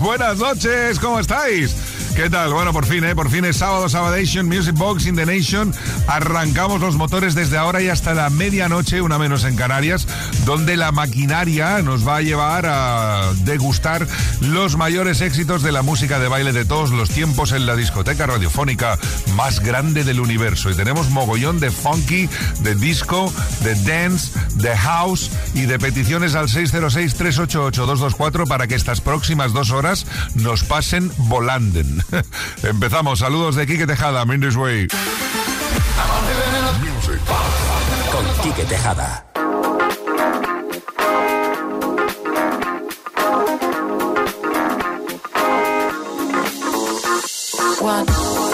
Buenas noches, ¿cómo estáis? ¿Qué tal? Bueno, por fin es sábado, Sabadation, Music Box in the Nation. Arrancamos los motores desde ahora y hasta la medianoche, una menos en Canarias, donde la maquinaria nos va a llevar a degustar los mayores éxitos de la música de baile de todos los tiempos en la discoteca radiofónica más grande del universo. Y tenemos mogollón de funky, de disco, de dance, de house y de peticiones al 606-388-224 para que estas próximas 2 horas nos pasen volanden. Empezamos. Saludos de Quique Tejada, I'm in this way. Con Quique Tejada. One.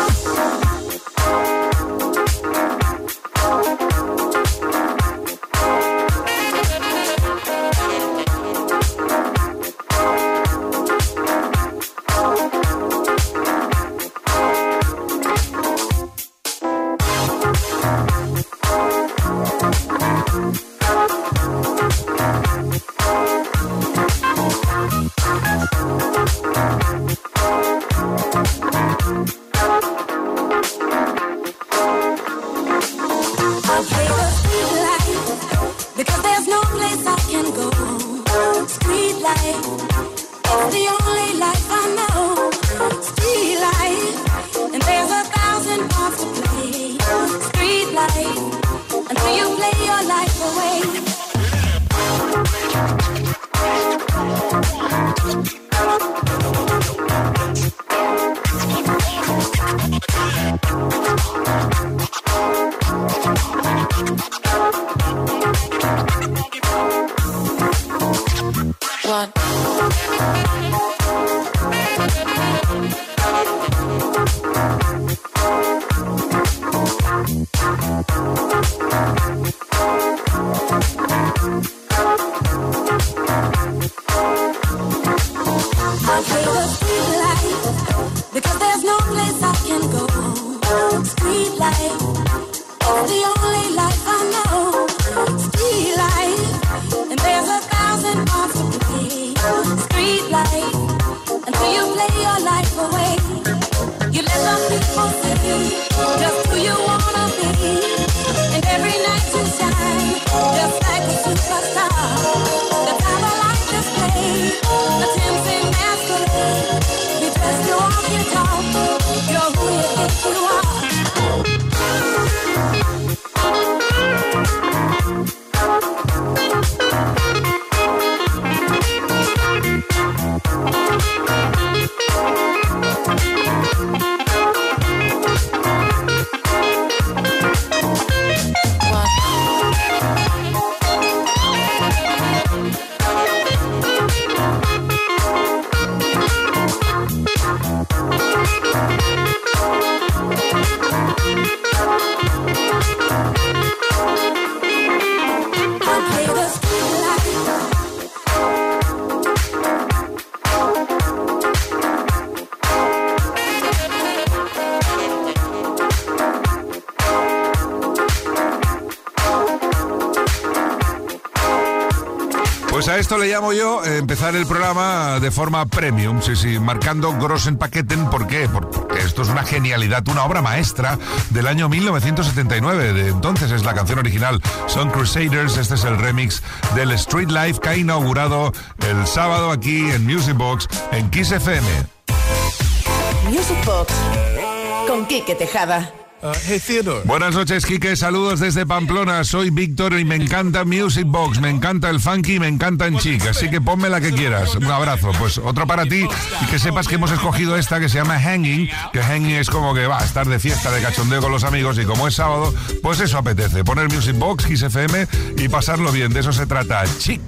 Pues a esto le llamo yo empezar el programa de forma premium, sí, marcando Grossen Paqueten. ¿Por qué? Porque esto es una genialidad, una obra maestra del año 1979. De entonces es la canción original Son Crusaders. Este es el remix del Street Life que ha inaugurado el sábado aquí en Music Box en Kiss FM. Music Box con Quique Tejada. Hey Theodore. Buenas noches, Quique, saludos desde Pamplona. Soy Víctor y me encanta Music Box, me encanta el funky y me encanta en chic, así que ponme la que quieras. Un abrazo. Pues otro para ti y que sepas que hemos escogido esta que se llama Hanging, que Hanging es como que va a estar de fiesta, de cachondeo con los amigos, y como es sábado, pues eso apetece, poner Music Box, Kiss FM y pasarlo bien, de eso se trata. Chic.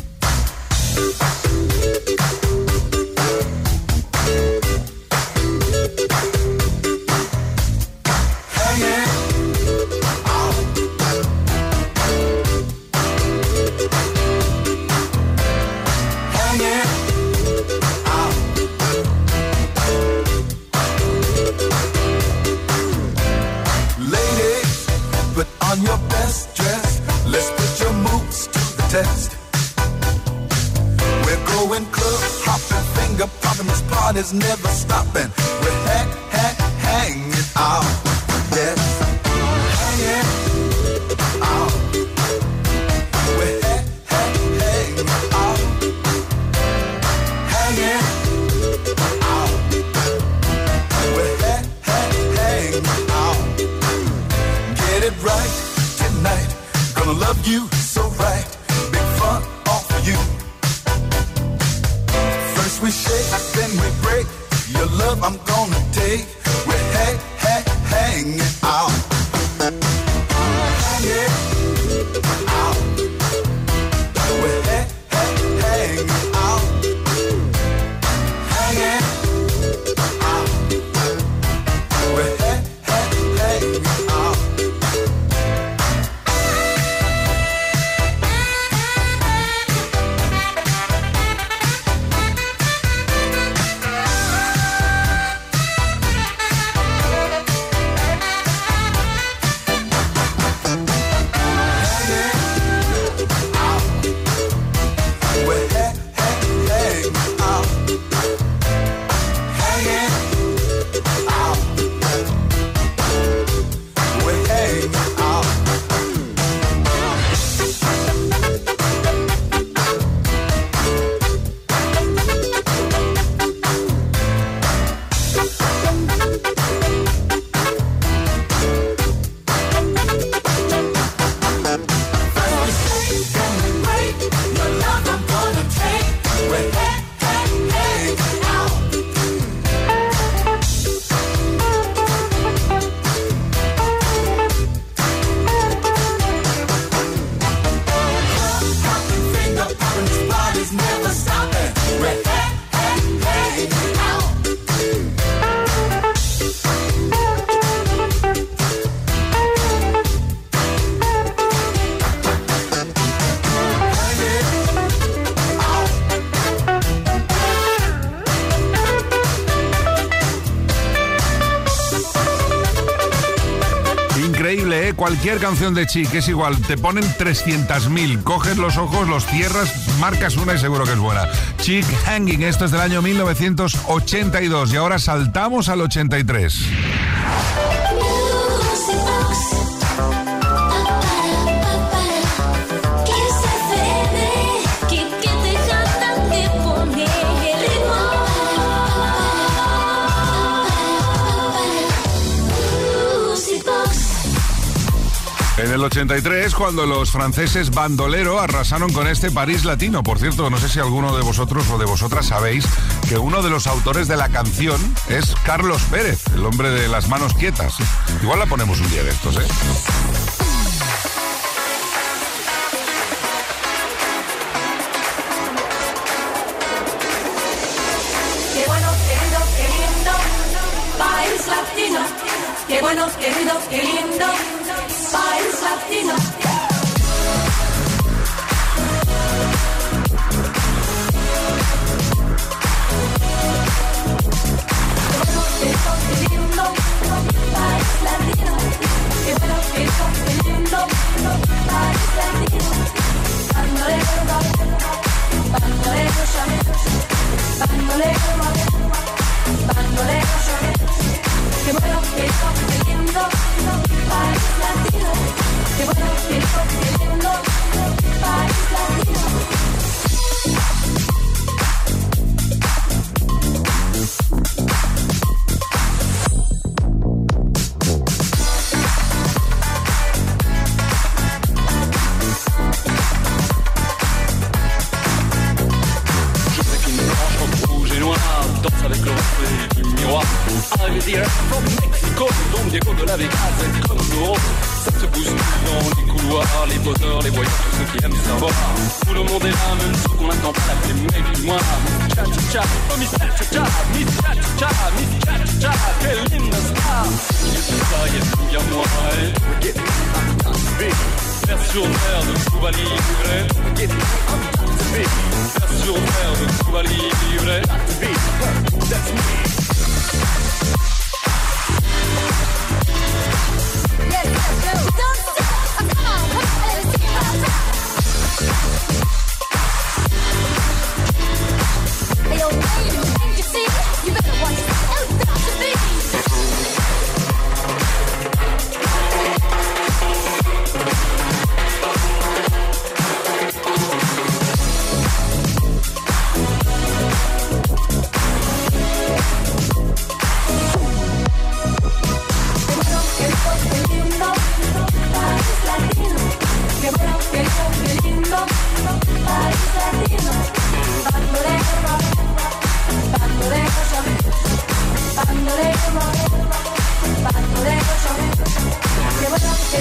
Your best dress, let's put your moves to the test. We're going club hopping, finger popping. rockin' this party's never stopping. We're hanging out. Yes, hanging out. We're hanging out. Hanging out. We're hanging out. Get it right tonight. Gonna love you so right. Big fun all for you. First we shake, then we break. Your love I'm gonna take. We're hanging out. Hanging out. We're hanging out. Hanging out. We're hanging out. Increíble, ¿eh? Cualquier canción de Chic es igual, te ponen 300.000, coges los ojos, los cierras, marcas una y seguro que es buena. Chic Hanging, esto es del año 1982 y ahora saltamos al 83. En el 83, cuando los franceses Bandolero arrasaron con este París Latino. Por cierto, no sé si alguno de vosotros o de vosotras sabéis que uno de los autores de la canción es Carlos Pérez, el hombre de las manos quietas. Igual la ponemos un día de estos, ¿eh? Qué bueno, qué lindo, País Latino. Qué bueno, qué lindo, País Latino. Qué lindo, País Latino. Qué bueno, qué lindo, País Latino. Bandolero, bandolero, llameros. Bandolero, bandolero, llameros. Qué bueno, qué lindo, País Latino. Qué bueno, qué lindo, País Latino. Avec le reflet du miroir. Arrivé d'hier from Mexico, Don Diego de la Vegas et comme l'euro. Ça se bouscule dans les couloirs, les poseurs, les voyants, tous ceux qui aiment savoir. Tout le monde est là, même ceux qu'on n'attend pas, les mecs du moins. Miss Cha-Cha-Cha, oh Miss Cha-Cha-Cha, Miss Cha-Cha-Cha, Miss Cha-Cha-Cha, quelle linda star. Il y a tout ça, il y a tout, il y a moi, et get me, version vert de Cuba Libre. Get me, version vert de Cuba Libre. That's me. Yes, yes, go. Don't stop. Come on, come on, let's see it. Hey, yo, baby,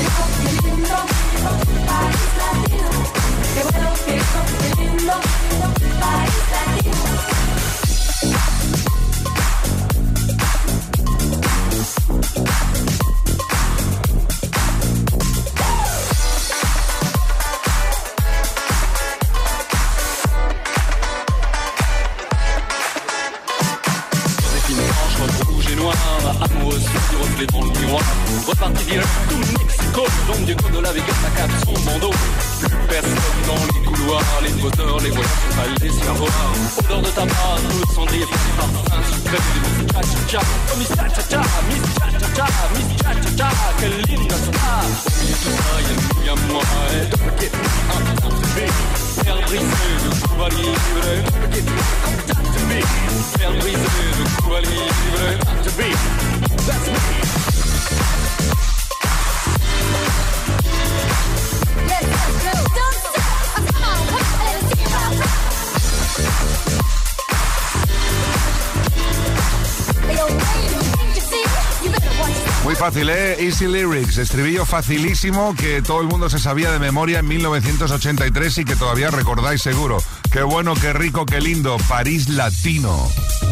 Reparti direct tout Mexico, Don Diego de la Vega s'accade son bandeau. Plus personne dans les couloirs, les poseurs, les voyageurs sont allés se faire voir. Odeur de tabac, de cendrier, parfum sucré, Miss Cha-Cha-Cha, oh Miss Cha-Cha-Cha, Miss Cha-Cha-Cha, Miss Cha-Cha-Cha, quelle linda sera. Au milieu de tout ça, y'a nous, y'a moi, et don't get me, I'm down to be. Faire briser de Cuba Libre, don't get me, I'm down to be. Faire briser de Cuba Libre, down to be, that's me. Muy fácil, ¿eh? Easy Lyrics, estribillo facilísimo que todo el mundo se sabía de memoria en 1983 y que todavía recordáis seguro. Qué bueno, qué rico, qué lindo, París Latino.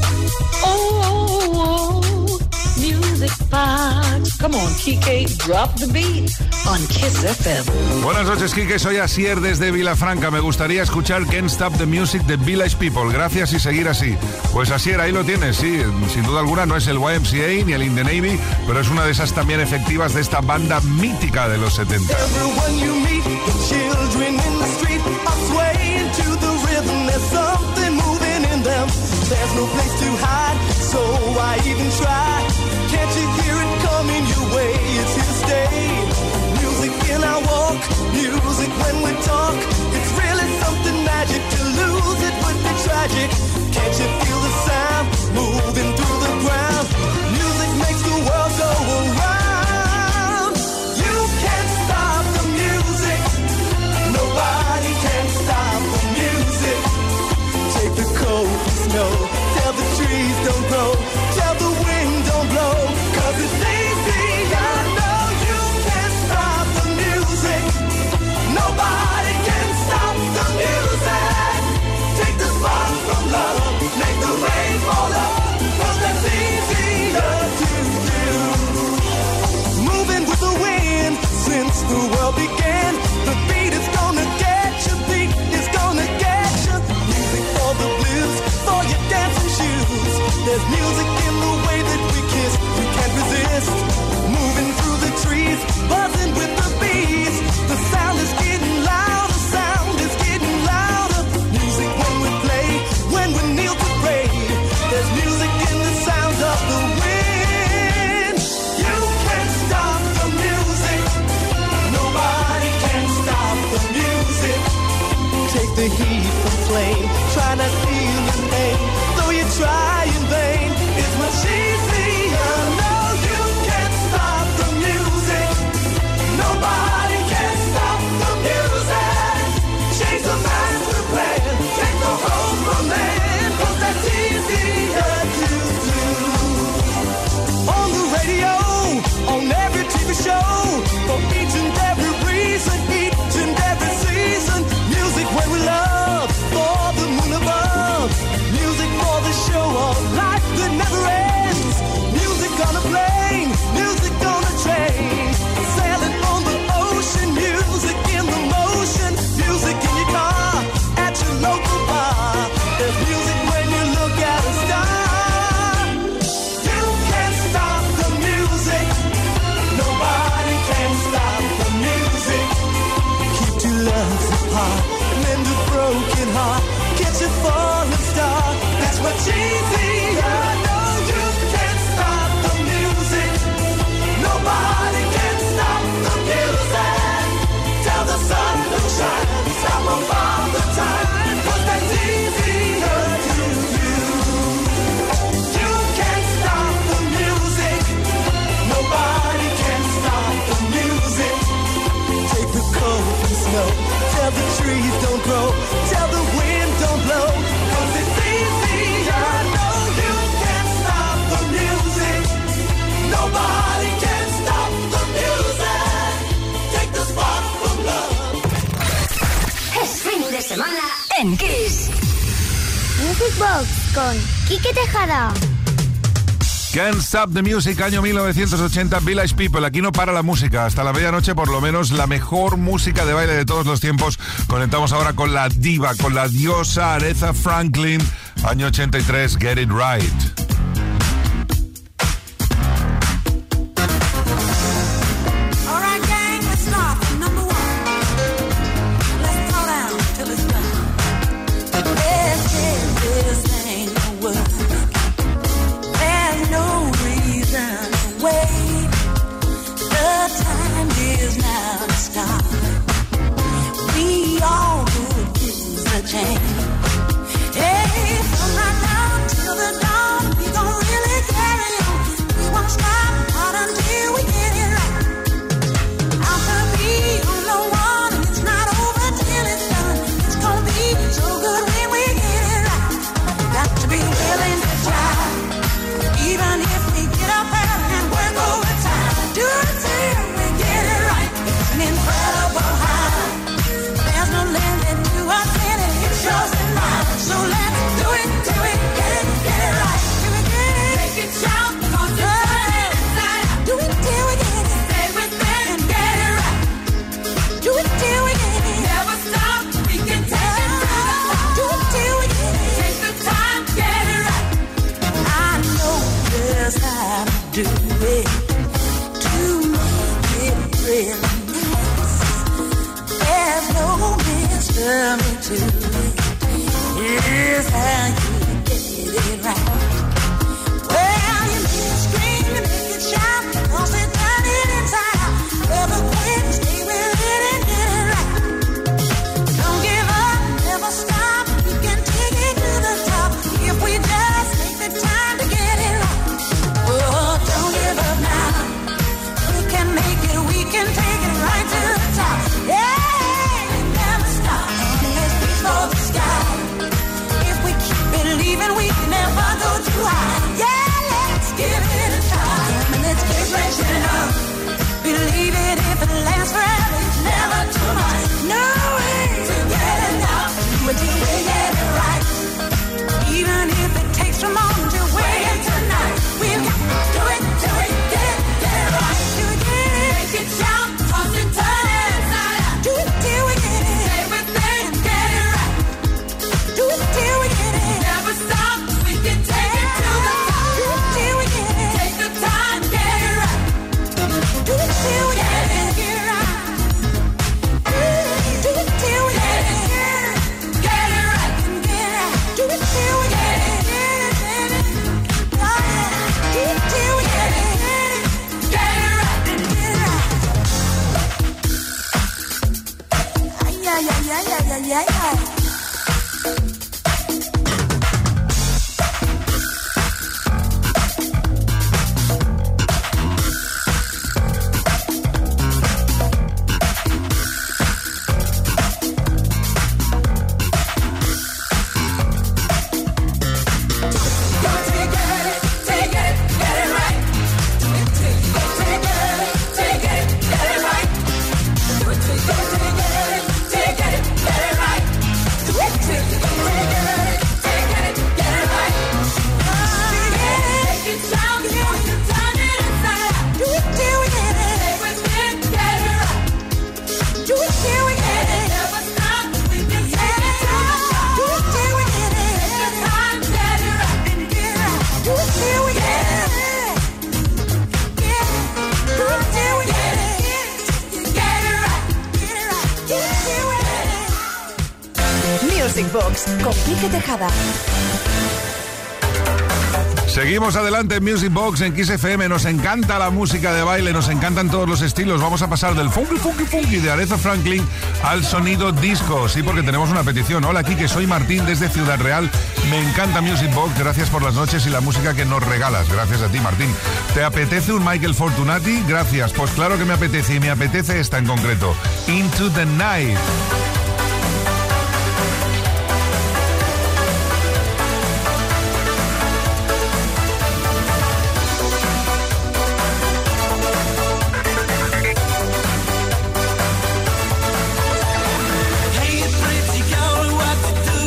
Music box. Come on, Kike, drop the beat on Kiss FM. Buenas noches, Kike. Soy Asier desde Vilafranca. Me gustaría escuchar Can't Stop the Music de Village People. Gracias y seguir así. Pues Asier, ahí lo tienes, sí. Sin duda alguna no es el YMCA ni el In the Navy, pero es una de esas también efectivas de esta banda mítica de los 70. Everyone you meet, the children in the street are swaying to the rhythm. There's something moving in them. There's no place to hide, so I even try. Can't you hear it coming your way? It's here to stay. Music in our walk, music when we talk. It's really something magic. To lose it would be tragic. Can't you feel the sound moving through the ground? Music makes the world go around. You can't stop the music. Nobody can stop the music. Take the cold snow. Tell the trees don't grow. Tell the wind don't blow. 'Cause it's easy, I know you can't stop the music. Nobody can stop the music. Take the spark from love. Make the rain fall up. 'Cause that's easier to do. Moving with the wind since the world began. The beat is gonna get you. Beat is gonna get you. Music for the blues, for your dancing shoes. There's music in the way that we kiss. We can't resist. Moving through the trees, buzzing with the bees. The sound is getting louder. Sound is getting louder. Music when we play, when we kneel to pray. There's music in the sound of the wind. You can't stop the music. Nobody can stop the music. Take the heat from flame. Try not feel the pain. Though you try in vain, it's much easier. No, you can't stop the music. Nobody can stop the music. Change the master plan. Take the whole from man. 'Cause that's easier to do. On the radio, on every TV show, for each and every reason, each and every season. Music where we love, for the moon above. Music for the show of life that never ends. Music on a plane, music on a train. Sailing on the ocean, music in the motion. Music in your car, at your local bar. There's music when you look at a star. You can't stop the music. Nobody can stop the music. Keep two loves apart, mend a broken heart. Catch a falling star. That's what's easier. No, you can't stop the music. Nobody can stop the music. Tell the sun to shine. Stop them all the time. 'Cause that's easier to do. You can't stop the music. Nobody can stop the music. Take the cold and snow. Tell the trees don't grow. Tell the wind don't blow. 'Cause it's easier. No, you can't stop the music. Nobody can stop the music. en Kiss. Music Box con Quique Tejada. Can't Stop the Music, año 1980, Village People. Aquí no para la música, hasta la medianoche por lo menos, la mejor música de baile de todos los tiempos. Conectamos ahora con la diva, con la diosa Aretha Franklin, año 83, Get It Right. Music Box con Quique Tejada. Seguimos adelante en Music Box en Kiss FM. Nos encanta la música de baile, nos encantan todos los estilos. Vamos a pasar del funky de Aretha Franklin al sonido disco. Sí, porque tenemos una petición. Hola, Quique, soy Martín desde Ciudad Real. Me encanta Music Box. Gracias por las noches y la música que nos regalas. Gracias a ti, Martín. ¿Te apetece un Michael Fortunati? Gracias. Pues claro que me apetece, y me apetece esta en concreto. Into the Night. Hey, pretty girl, what you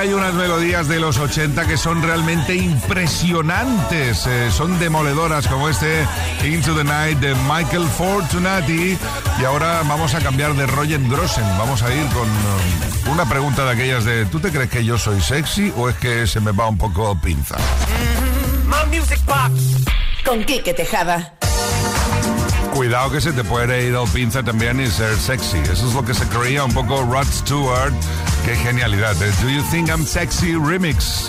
hay unas melodías de los 80 que son realmente impresionantes, son demoledoras, como este Into the Night de Michael Fortunati. Y ahora vamos a cambiar de Roger Grossen. Vamos a ir con una pregunta de aquellas de ¿tú te crees que yo soy sexy o es que se me va un poco pinza? My Music Box con Quique Tejada. Cuidado que se te puede ir al pinza también y ser sexy. Eso es lo que se creía un poco Rod Stewart. Qué genialidad. Do You Think I'm Sexy Remix.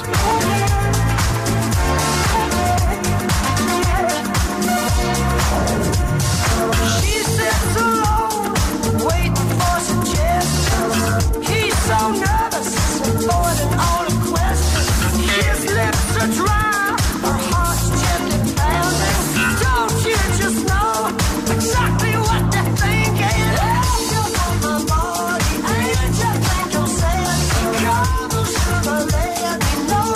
She sits alone, waiting for suggestions. He's so nervous, avoiding all the questions. His lips are dry, her heart's gently pounding. Don't you just know exactly what they're thinking? If you want my body, and you think I'm sexy, come on, sugar, let me know.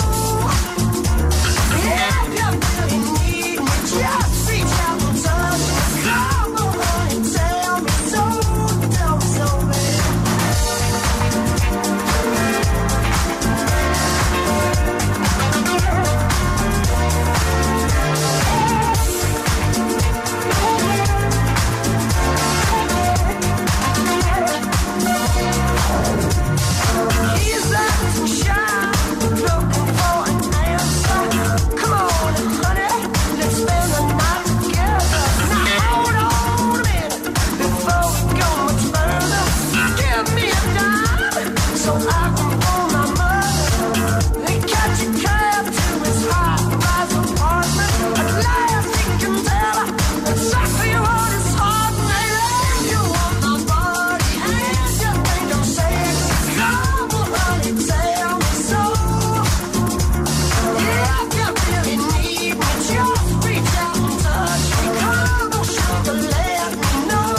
If you really need me, just reach out and touch me. Come on, honey, tell me so, baby. He's acting shy, looking for an answer. Come on, honey, let's spend the night together. Now hold on a minute before we go much further. Give me a dime so I can phone my mother and catch a cab to his high-rise apartment. At last he can tell her exactly what his heart made. You want my body and you think I'm sexy. Come on, honey, tell me so. If you really need me, just reach out and touch me. Come on, sugar, let me know.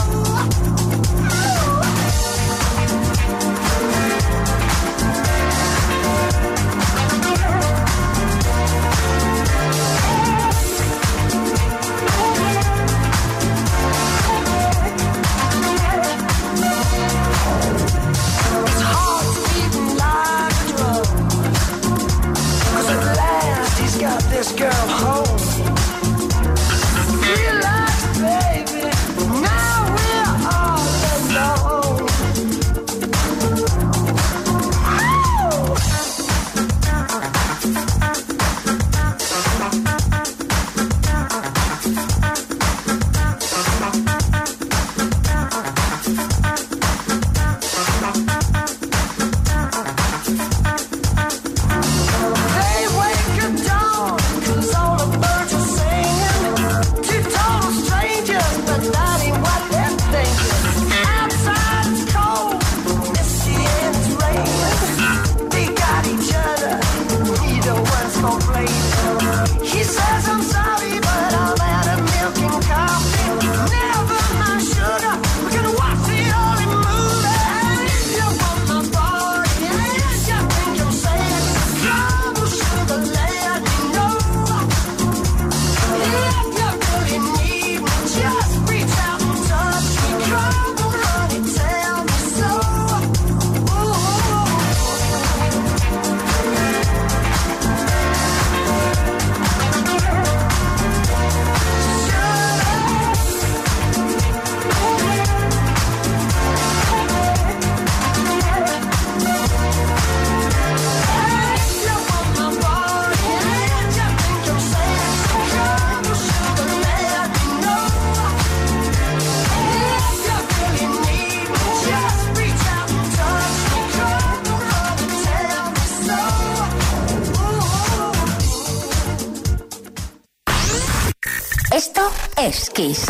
His heart's beating like a drum, 'cause at last he's got this girl home. Relax, baby, now we're all alone. Ow! They wake at dawn, 'cause all the birds are singing. Two total strangers, but that ain't what they're thinking. Outside it's cold, misty and it's raining. They got each other, neither one's complaining. He says, I'm sorry, but I'm out of milk and coffee. Never mind, sugar, we're gonna watch the only movie. If you want my body, and you think I'm sexy, come on, sugar, let me know. If you really need me, just reach out and touch me. Come on, honey, tell me so. Esto es Kiss.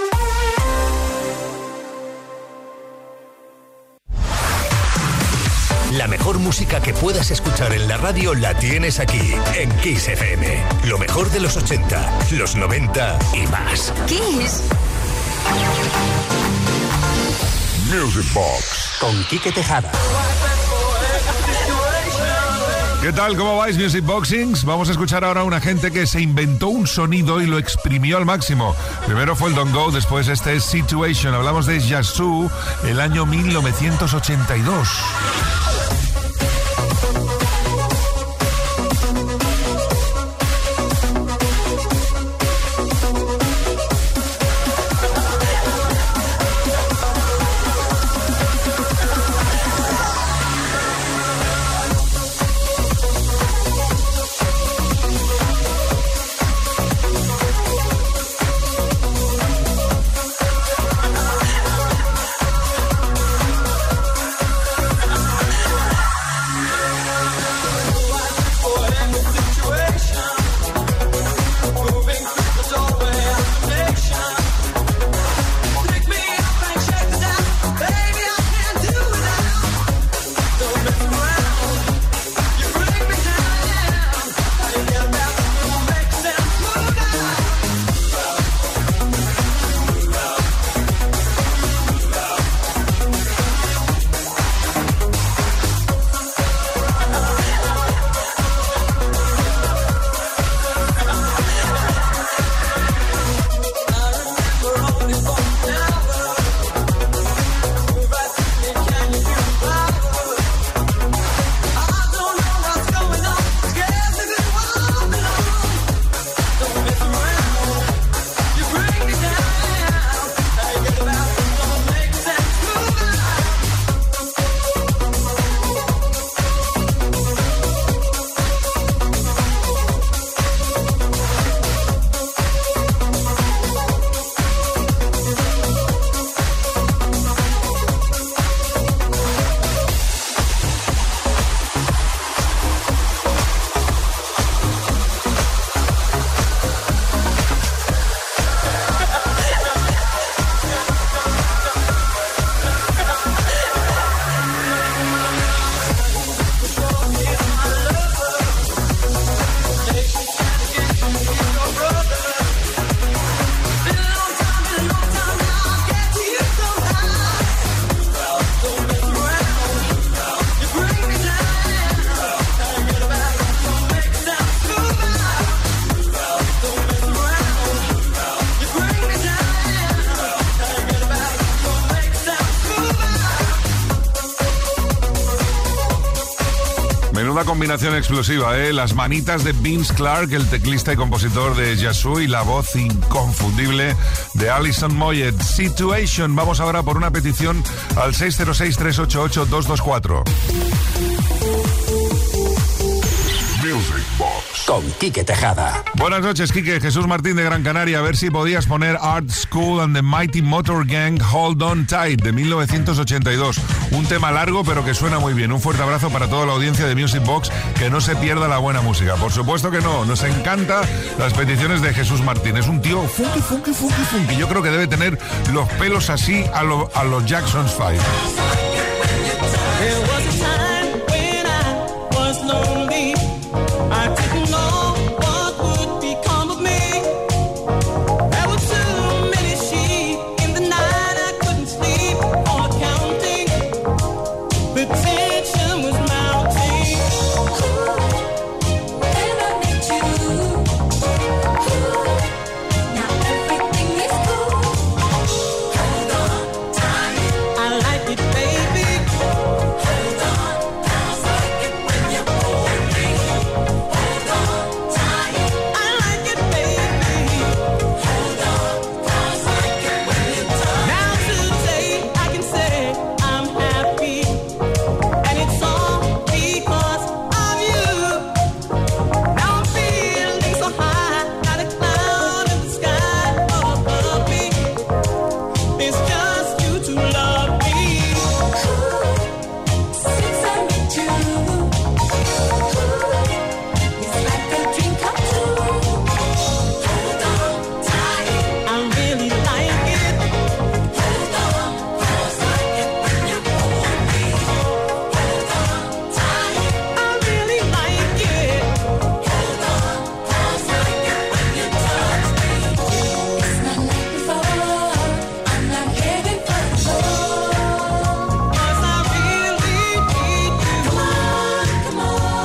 La mejor música que puedas escuchar en la radio la tienes aquí, en Kiss FM. Lo mejor de los 80, los 90 y más. Kiss. Music Box Con Quique Tejada. ¿Qué tal? ¿Cómo vais, Music Boxings? Vamos a escuchar ahora a una gente que se inventó un sonido y lo exprimió al máximo. Primero fue el Don't Go, después este es Situation. Hablamos de Yazoo, el año 1982. Menuda combinación explosiva, ¿eh? Las manitas de Vince Clarke, el teclista y compositor de Yazoo, y la voz inconfundible de Alison Moyet. Situation. Vamos ahora por una petición al 606-388-224. Music Box con Quique Tejada. Buenas noches, Quique. Jesús Martín de Gran Canaria. A ver si podías poner Art School and the Mighty Motor Gang Hold On Tight de 1982. Un tema largo pero que suena muy bien. Un fuerte abrazo para toda la audiencia de Music Box. Que no se pierda la buena música. Por supuesto que no. Nos encantan las peticiones de Jesús Martín. Es un tío funky. Yo creo que debe tener los pelos así a los Jackson's 5. I didn't know what would become of me. There were too many sheep in the night. I couldn't sleep or counting. The tension was mounting. And I met you. Now everything is cool. Hold on tight. I like it, baby. Hold on. I like it when you hold me. Hold on tight. I like it, baby. Hold on. I like it when you touch. Now today I can say I'm happy, and it's all because of you. Now I'm feeling so high, not a cloud in the sky above me. It's just you to love me. Since I met you, it's like a dream come true. Hold on tight. I really like it. Hold on. I like it when you hold me. Hold on tight. I really like it. Hold on. I like it when you touch me. It's not like before. I'm not heading for the floor. 'Cause I really need you. Come on. I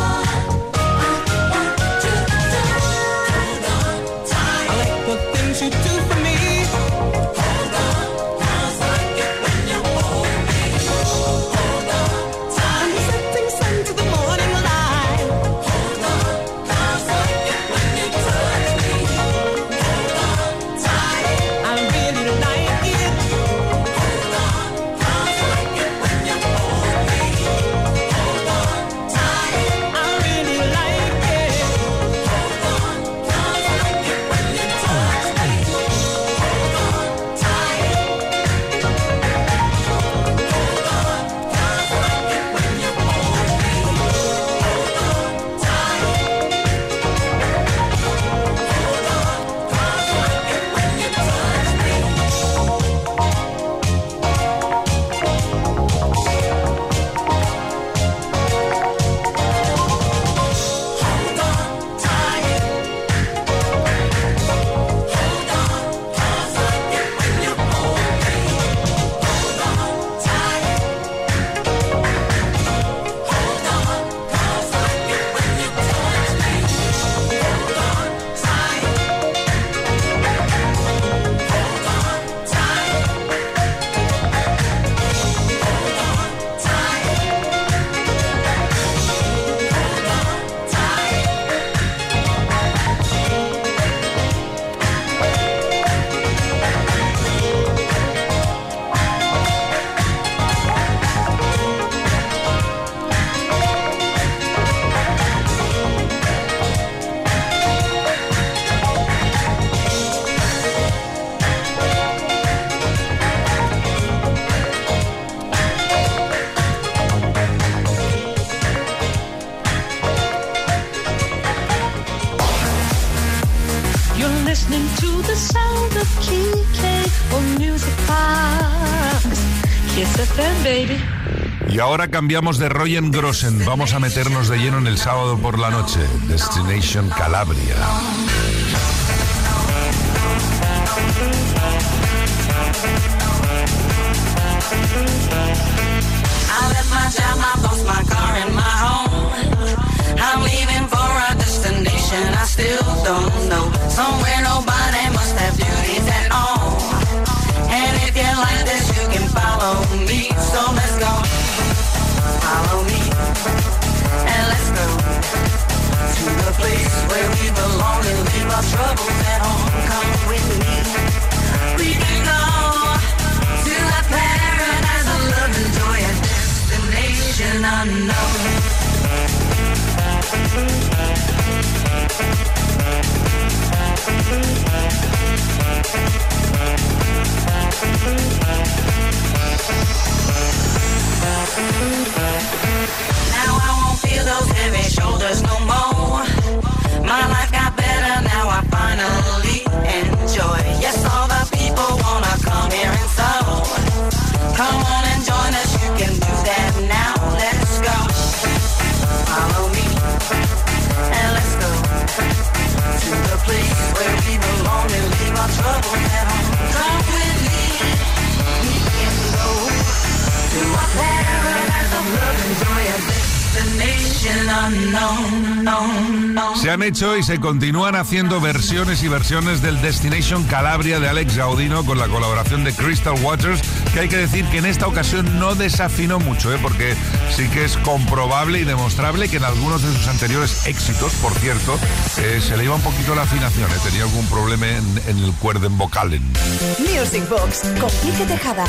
want you to touch. Hold on tight. I like the things you do for me. Hold on. I like it when you hold me. Hold on I'm tight. setting sun to the morning light. Hold on. I like it when you touch me. Hold on tight. I really like it. Hold on. I like it when you hold me. Hold on tight. I really like it. Hold on. I like it when you touch me. Hold on tight. Hold on. I like it when you hold me. Hold on tight. Hold on. I like it when you touch me. Hold on tight. Hold on. I like it when you hold me. Hold on tight. Hold on. I like it when you touch me. Hold on tight. Hold on tight. Hold on tight. Hold on tight. You're listening to the sound of Kike on Music Box. Kiss FM, baby. Y ahora cambiamos de Royen Grossen. Vamos a meternos de lleno en el sábado por la noche. Destination Calabria. I left my job, my boss, my car, and my home. I'm leaving for a destination I still don't know. Somewhere nobody must have duties at all. And if you like this, you can follow me. So let's go. Follow me. And let's go. Se han hecho y se continúan haciendo versiones y versiones del Destination Calabria de Alex Gaudino con la colaboración de Crystal Waters, que hay que decir que en esta ocasión no desafinó mucho, porque sí que es comprobable y demostrable que en algunos de sus anteriores éxitos, por cierto, se le iba un poquito la afinación, tenía algún problema en el cuerden vocalen. Music Box con Quique Tejada.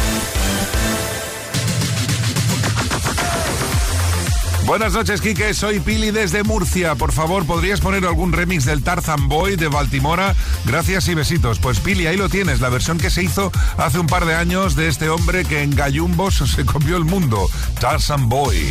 Buenas noches, Quique, soy Pili desde Murcia. Por favor, ¿podrías poner algún remix del Tarzan Boy de Baltimora? Gracias y besitos. Pues Pili, ahí lo tienes, la versión que se hizo hace un par de años de este hombre que en gallumbos se comió el mundo, Tarzan Boy.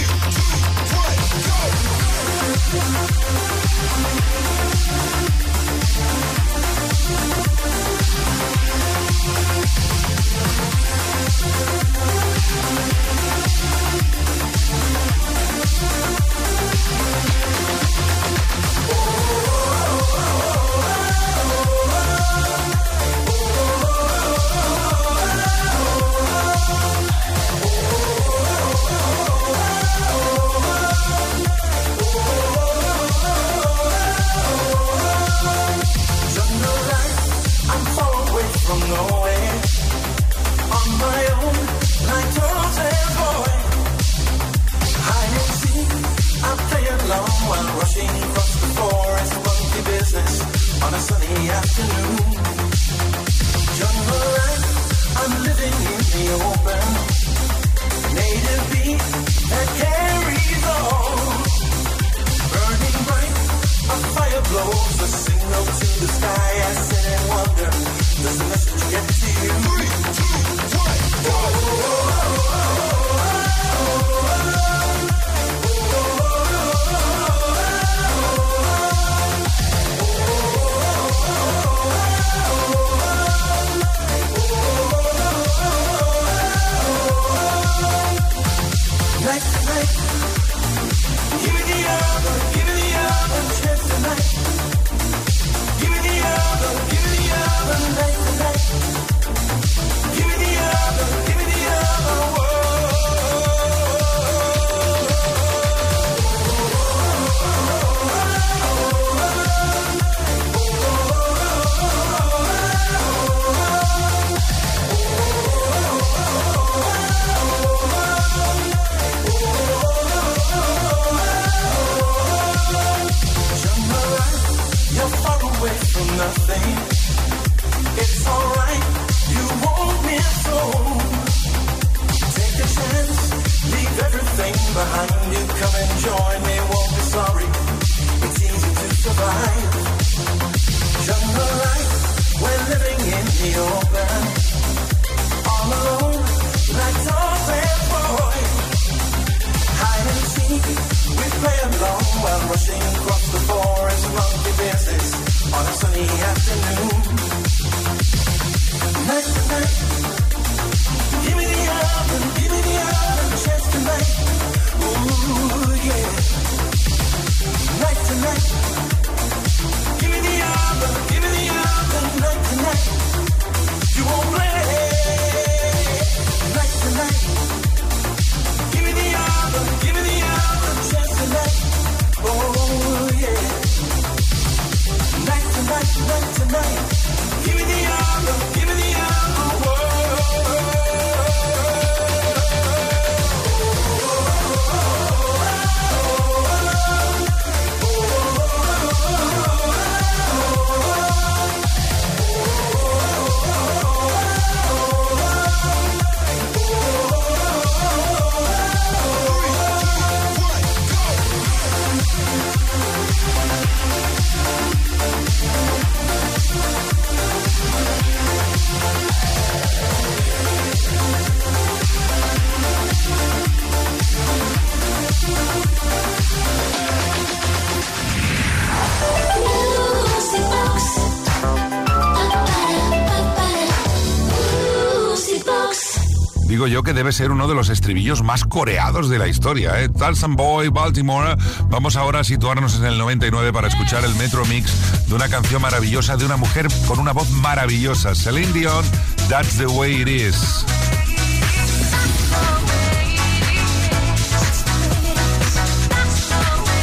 Digo yo que debe ser uno de los estribillos más coreados de la historia, ¿eh? Tarzan Boy, Baltimore. Vamos ahora a situarnos en el 99 para escuchar el Metro Mix de una canción maravillosa de una mujer con una voz maravillosa. Celine Dion, That's the Way It Is. That's the way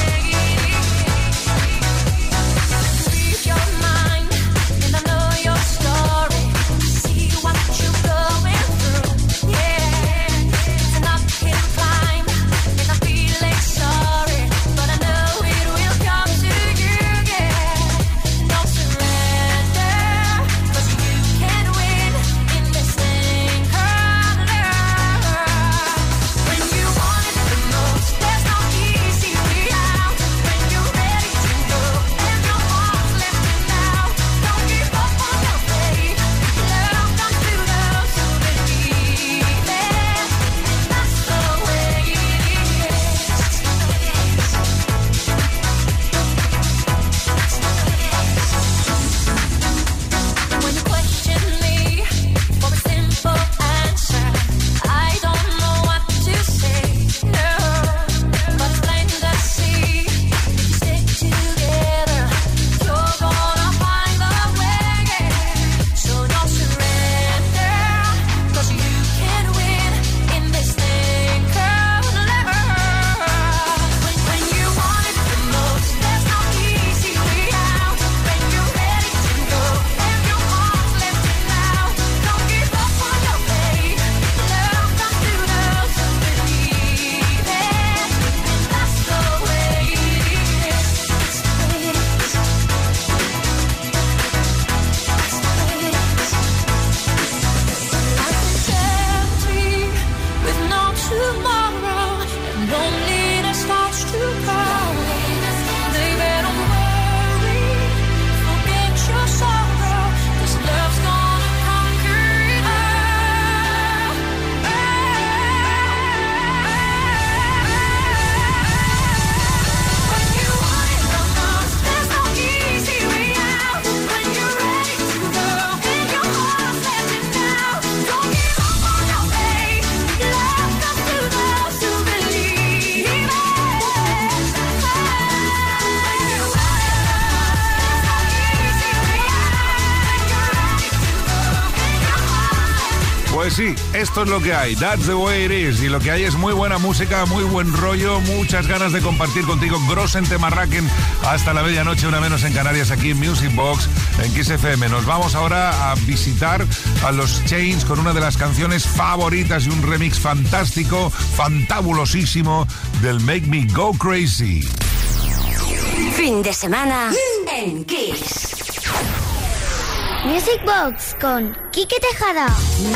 Pues sí, esto es lo que hay. That's the way it is. Y lo que hay es muy buena música, muy buen rollo, muchas ganas de compartir contigo Grossen Temarraken hasta la medianoche, una menos en Canarias, aquí en Music Box, en Kiss FM. Nos vamos ahora a visitar a los Chains con una de las canciones favoritas y un remix fantástico, fantabulosísimo del Make Me Go Crazy. Fin de semana en Kiss. Music Box con Quique Tejada.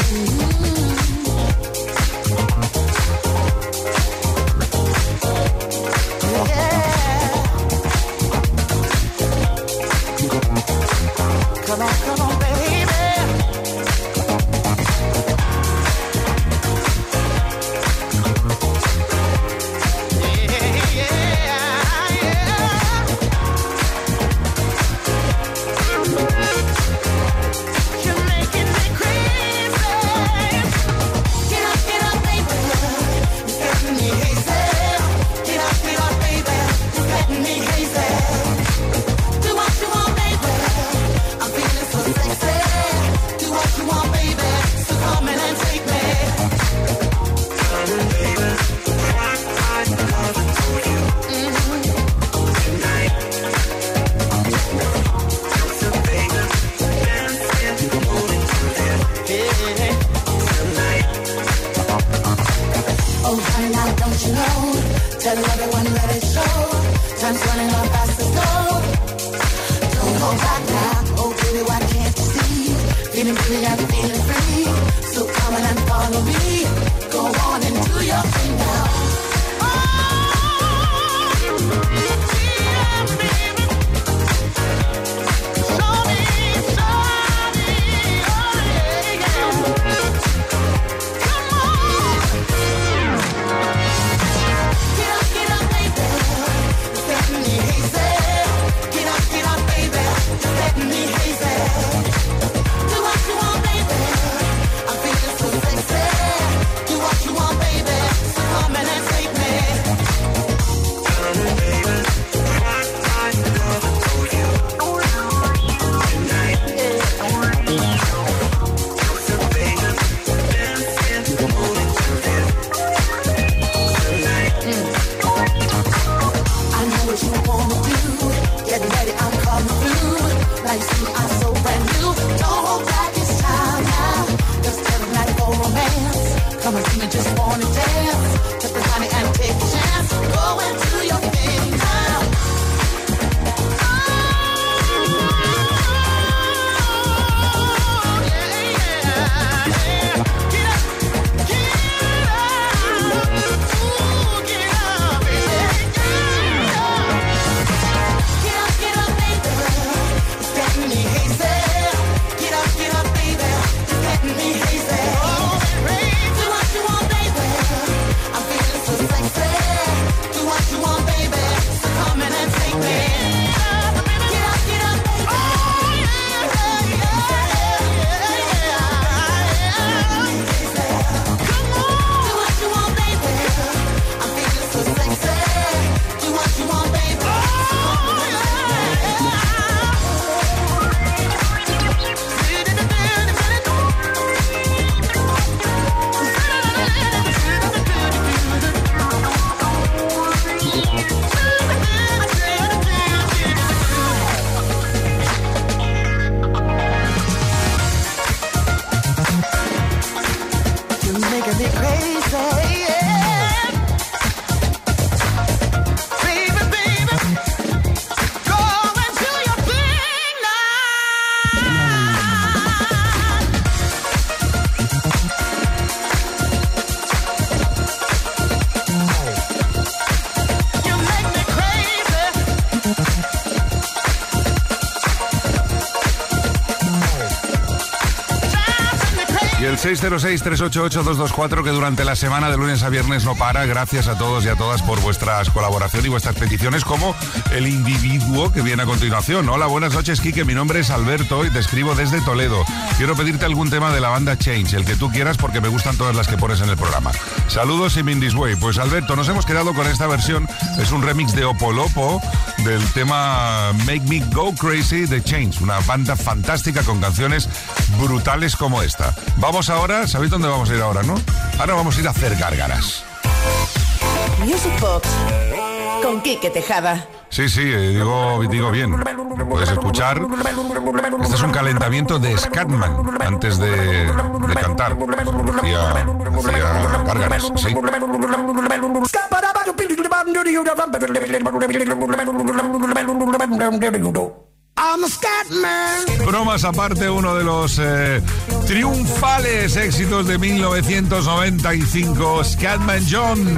Come on, baby. You're making me crazy. Get up, baby. You're setting me hazy. Get up, baby. You're setting me hazy. Do what you want, baby. I'm feeling so sexy. Do what you want, baby. So come in and take me. Oh, honey, now don't you know? Tell everyone let it show. Time's running out fast as slow. Don't hold back now. Oh, baby, why can't you see? Feeling free, I'm feeling free. So come on and follow me. Go on and do your thing now. El 606-388-224, que durante la semana de lunes a viernes no para. Gracias a todos y a todas por vuestras colaboraciones y vuestras peticiones, como el individuo que viene a continuación. Hola, buenas noches, Quique. Mi nombre es Alberto y te escribo desde Toledo. Quiero pedirte algún tema de la banda Change, el que tú quieras, porque me gustan todas las que pones en el programa. Saludos y Mindis Way. Pues Alberto, nos hemos quedado con esta versión. Es un remix de Opolopo del tema Make Me Go Crazy de Change, una banda fantástica con canciones brutales como esta. Vamos Vamos ahora, ¿sabéis dónde vamos a ir ahora, no? Ahora vamos a ir a hacer gárgaras. Music Box con Quique Tejada. Sí, digo bien. Lo puedes escuchar. Este es un calentamiento de Scatman antes de cantar. Hacía gárgaras, sí. Bromas aparte, uno de los triunfales éxitos de 1995, Scatman John.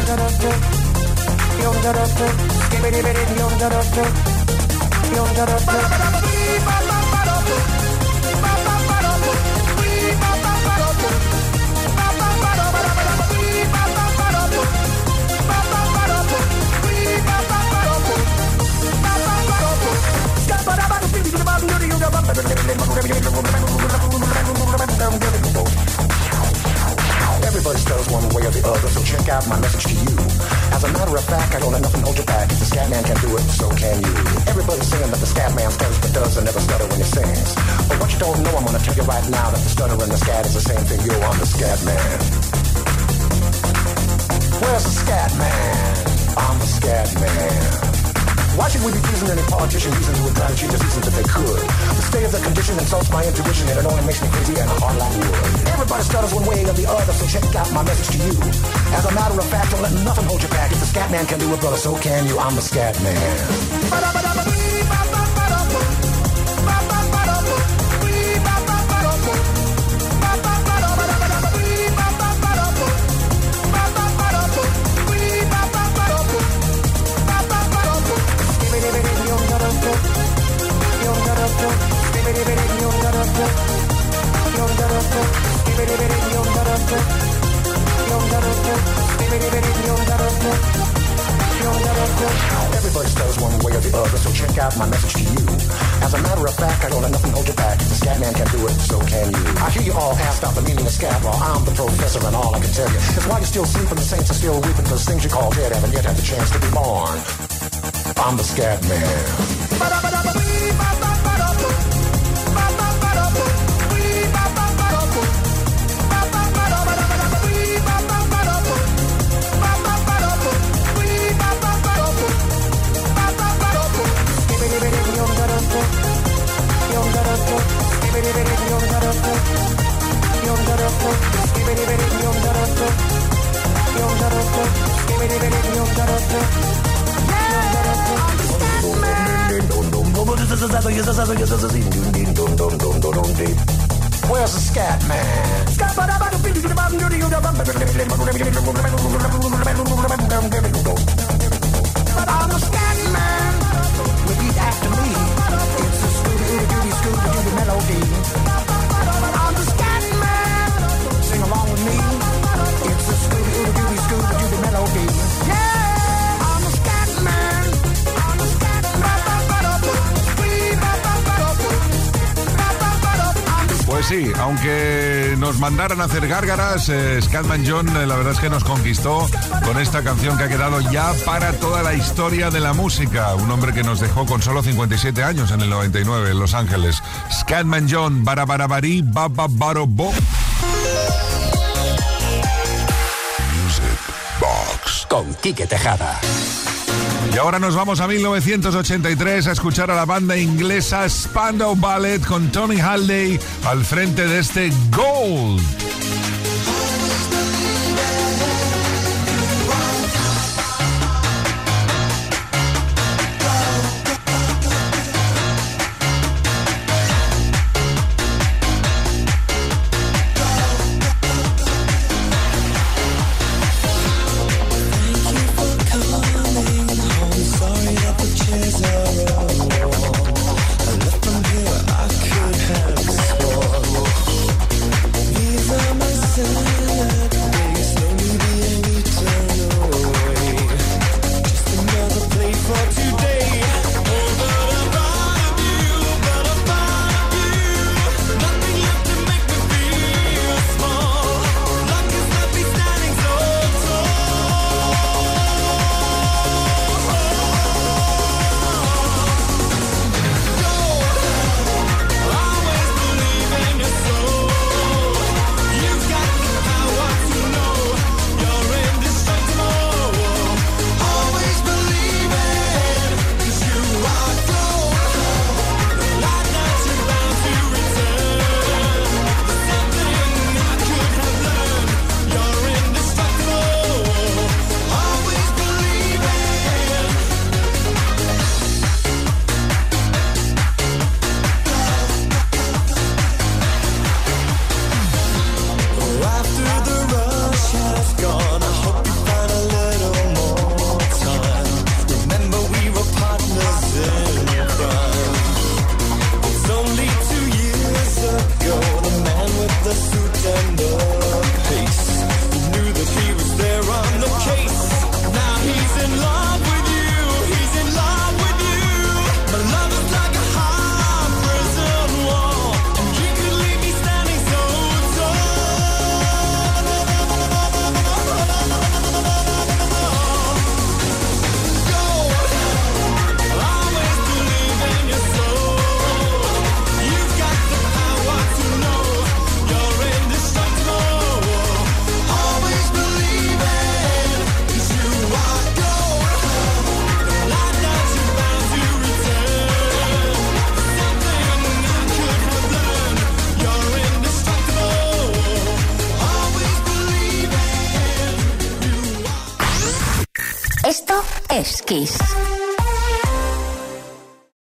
Everybody stutters one way or the other, so check out my message to you. As a matter of fact, I don't let nothing hold you back. If the scat man can do it, so can you. Everybody's saying that the scat man stutters but does and never stutter when he sings. But what you don't know, I'm gonna tell you right now that the stutter and the scat is the same thing. Yo, I'm the scat man. Where's the scat man? I'm the scat man. Why should we be pleasing any politician reasons who would try to cheat the seasons if they could? The state of the condition insults my intuition and it only makes me crazy and hard like wood. Everybody stutters one way or the other, so check out my message to you. As a matter of fact, don't let nothing hold you back. If the scat man can do it, brother, so can you. I'm the scat man. Everybody stutters one way or the other, so check out my message to you. As a matter of fact, I don't let nothing hold you back. If the scat man can do it, so can you. I hear you all asked out the meaning of scat. Well, I'm the professor and all I can tell you is why you're still sleeping, the saints are still weeping, because things you call dead haven't yet had the chance to be born. I'm the scat man. Where's the scat man? I'm the scat man. Repeat after me. It's a Scooby-Dooby melody. I'm the scat man. Sing along with me. It's a Scooby-Dooby melody. Yeah, I'm the scat man. I'm the scat man. Pues sí, aunque nos mandaran a hacer gárgaras, Scatman John la verdad es que nos conquistó con esta canción que ha quedado ya para toda la historia de la música. Un hombre que nos dejó con solo 57 años en el 99 en Los Ángeles. Scatman John, barabarabarí, bababaro-bo. Music Box con Quique Tejada. Y ahora nos vamos a 1983 a escuchar a la banda inglesa Spandau Ballet con Tony Halday al frente de este Gold. These are my es Kiss.